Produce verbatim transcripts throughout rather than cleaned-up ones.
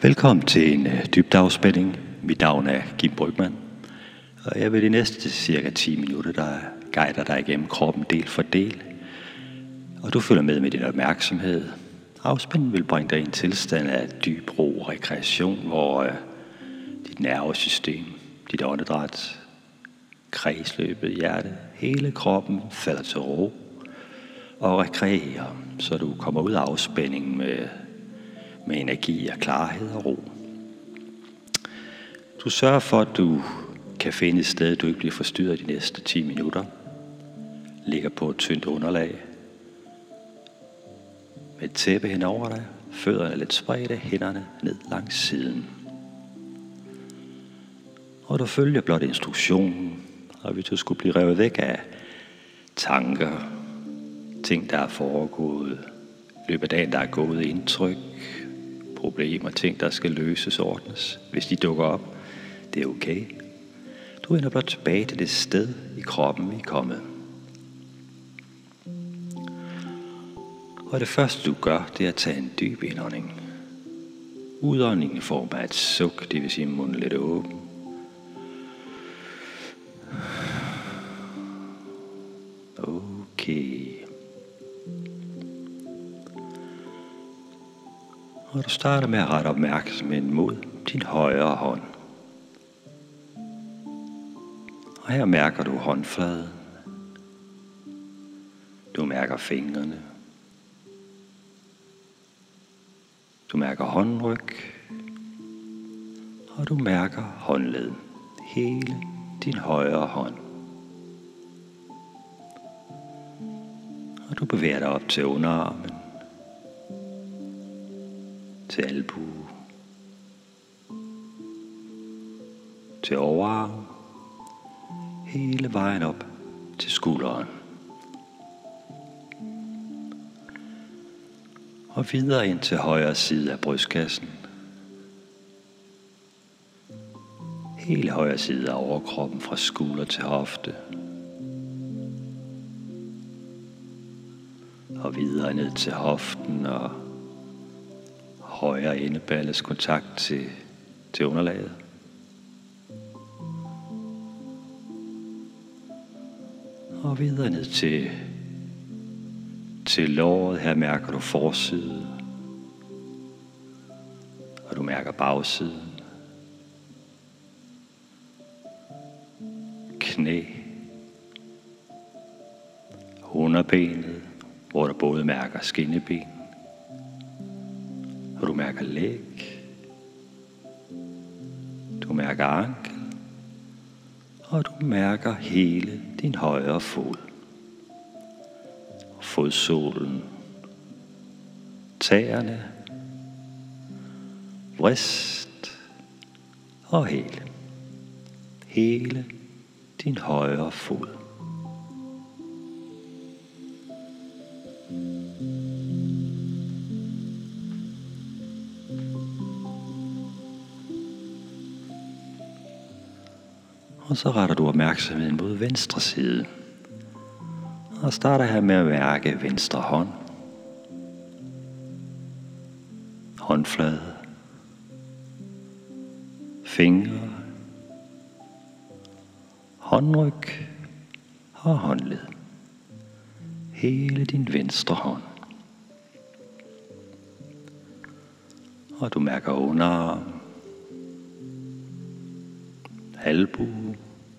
Velkommen til en uh, dybdeafspænding. Mit navn er Kim Brygman, og jeg vil de næste cirka ti minutter, der guider dig igennem kroppen del for del, og du følger med med din opmærksomhed. Afspændingen vil bringe dig i en tilstand af dyb ro og rekreation, hvor uh, dit nervesystem, dit åndedræt, kredsløbet, hjertet, hele kroppen falder til ro og rekreerer, så du kommer ud af afspændingen med med energi og klarhed og ro. Du sørger for, at du kan finde et sted, du ikke bliver forstyrret de næste ti minutter. Ligger på et tyndt underlag. Med et tæppe hen over dig. Fødderne lidt spredte, hænderne ned langs siden. Og du følger blot instruktionen. Og hvis du skulle blive revet væk af tanker, ting der er foregået, løbet af dagen der er gået, indtryk, problemer, ting, der skal løses og ordnes. Hvis de dukker op, det er okay. Du vender blot tilbage til det sted i kroppen, vi er kommet. Og det første, du gør, det er at tage en dyb indånding. Udånding i form af et suk, det vil sige munden lidt åben. Okay. Og du starter med at rette opmærksomheden mod din højre hånd. Og her mærker du håndfladen. Du mærker fingrene. Du mærker håndryg. Og du mærker håndleden. Hele din højre hånd. Og du bevæger dig op til underarmen. Til albue, til overarm, hele vejen op til skulderen. Og videre ind til højre side af brystkassen. Hele højre side af overkroppen fra skulder til hofte. Og videre ned til hoften og højre endeballes kontakt til, til underlaget. Og videre ned til, til låret. Her mærker du forsiden. Og du mærker bagsiden. Knæ. Underbenet, hvor du både mærker skinneben. Og du mærker læg, du mærker ankel, og du mærker hele din højre fod. Fodsålen, tæerne, vrist og hele. Hele din højre fod. Og så retter du opmærksomheden mod venstre side. Og starter her med at mærke venstre hånd. Håndflade. Fingre. Håndryg og håndled. Hele din venstre hånd. Og du mærker underarm. Albue,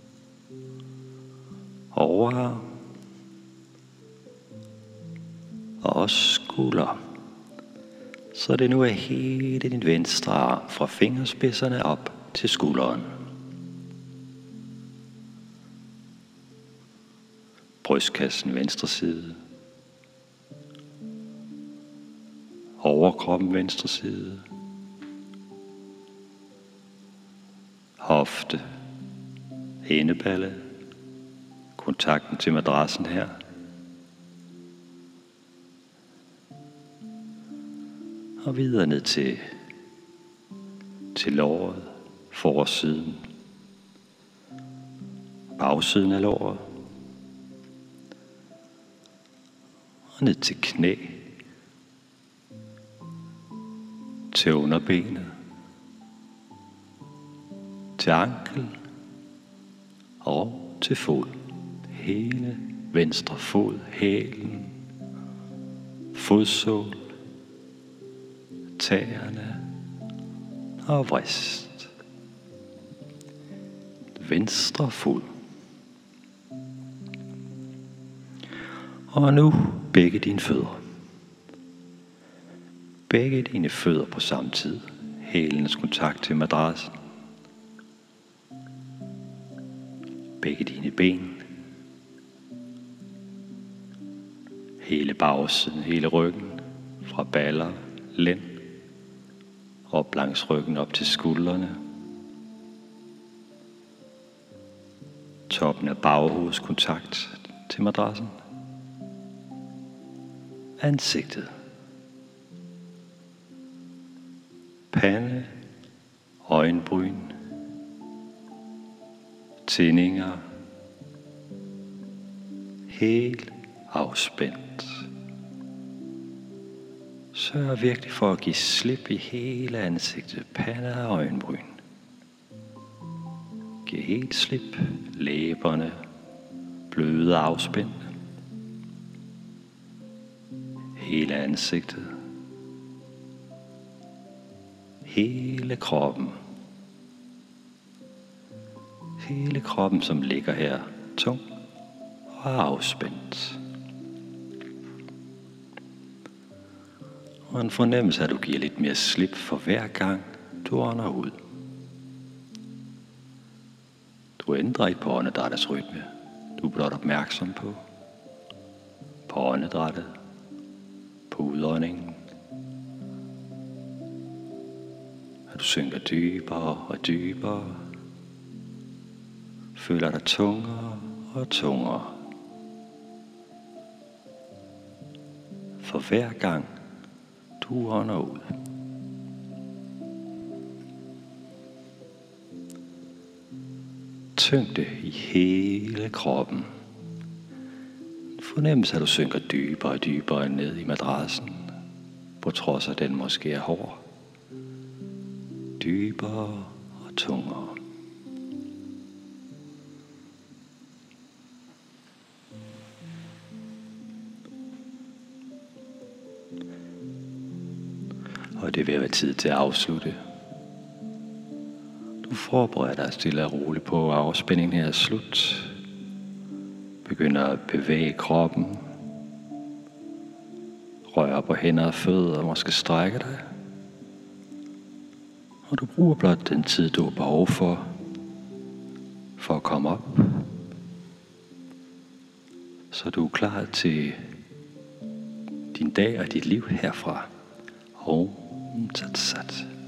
overarm og også skulder. Så det nu er hele din venstre arm fra fingerspidserne op til skulderen. Brystkassen venstre side. Overkroppen venstre side. Hofte, endeballe, kontakten til madrassen her. Og videre ned til, til låret, forsiden, bagsiden af låret. Og ned til knæ, til underbenet, til ankel og til fod. Hele venstre fod, hælen, fodsål, tæerne og vrist. Venstre fod. Og nu begge dine fødder. Begge dine fødder på samme tid. Hælenes kontakt til madrassen. Begge dine ben. Hele bagsiden, hele ryggen. Fra baller, lænd. Op langs ryggen op til skuldrene. Toppen af baghovedets kontakt til madrassen. Ansigtet. Pande, øjenbryn, tændinger, helt afspændt. Sørg virkelig for at give slip i hele ansigtet, pande og øjenbryn. Giv helt slip, læberne, bløde og afspændte. Hele ansigtet. Hele kroppen. Hele kroppen, som ligger her, tung og afspændt. Og en fornemmelse af, at du giver lidt mere slip for hver gang, du ånder ud. Du ændrer ikke på åndedrættets rytme. Du er blot opmærksom på. På åndedrættet. På udåndingen. At du synker dybere og dybere. Føler dig tungere og tungere. For hver gang du ånder ud. Tyngde i hele kroppen. Fornemmelse, at du synker dybere og dybere ned i madrassen, på trods af at den måske er hård. Dybere og tungere. Og det er ved at være tid til at afslutte. Du forbereder dig stille og roligt på, at afspændingen her er slut. Begynder at bevæge kroppen. Rør på hænder og fødder og måske strække dig. Og du bruger blot den tid, du har behov for, for at komme op. Så du er klar til din dag og dit liv herfra. Og Tat Sat.